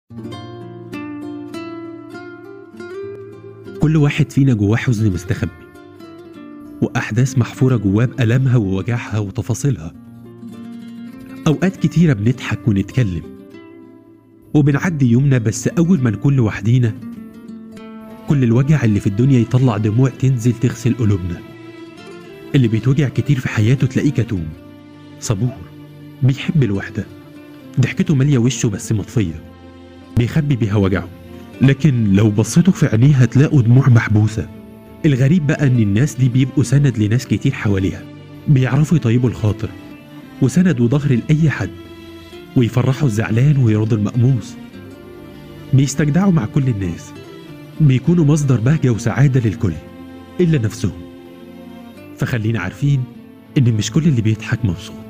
كل واحد فينا جواه حزن مستخبي، وأحداث محفورة جواه بألمها ووجعها وتفاصيلها. أوقات كتيرة بنضحك ونتكلم وبنعدي يومنا، بس أول ما نكون لوحدينا كل الوجع اللي في الدنيا يطلع دموع تنزل تغسل قلوبنا. اللي بيتوجع كتير في حياته تلاقيه كتوم، صبور، بيحب الوحدة، ضحكته مالية وشه بس مطفية، بيخبي بيها وجعه. لكن لو بصيتوا في عينيه هتلاقوا دموع محبوسة. الغريب بقى ان الناس دي بيبقوا سند لناس كتير حواليها، بيعرفوا يطيبوا الخاطر وسند وظهر لأي حد، ويفرحوا الزعلان ويرضوا المقموص، بيستجدعوا مع كل الناس، بيكونوا مصدر بهجة وسعادة للكل إلا نفسهم. فخلينا عارفين إن مش كل اللي بيضحك مبسوط.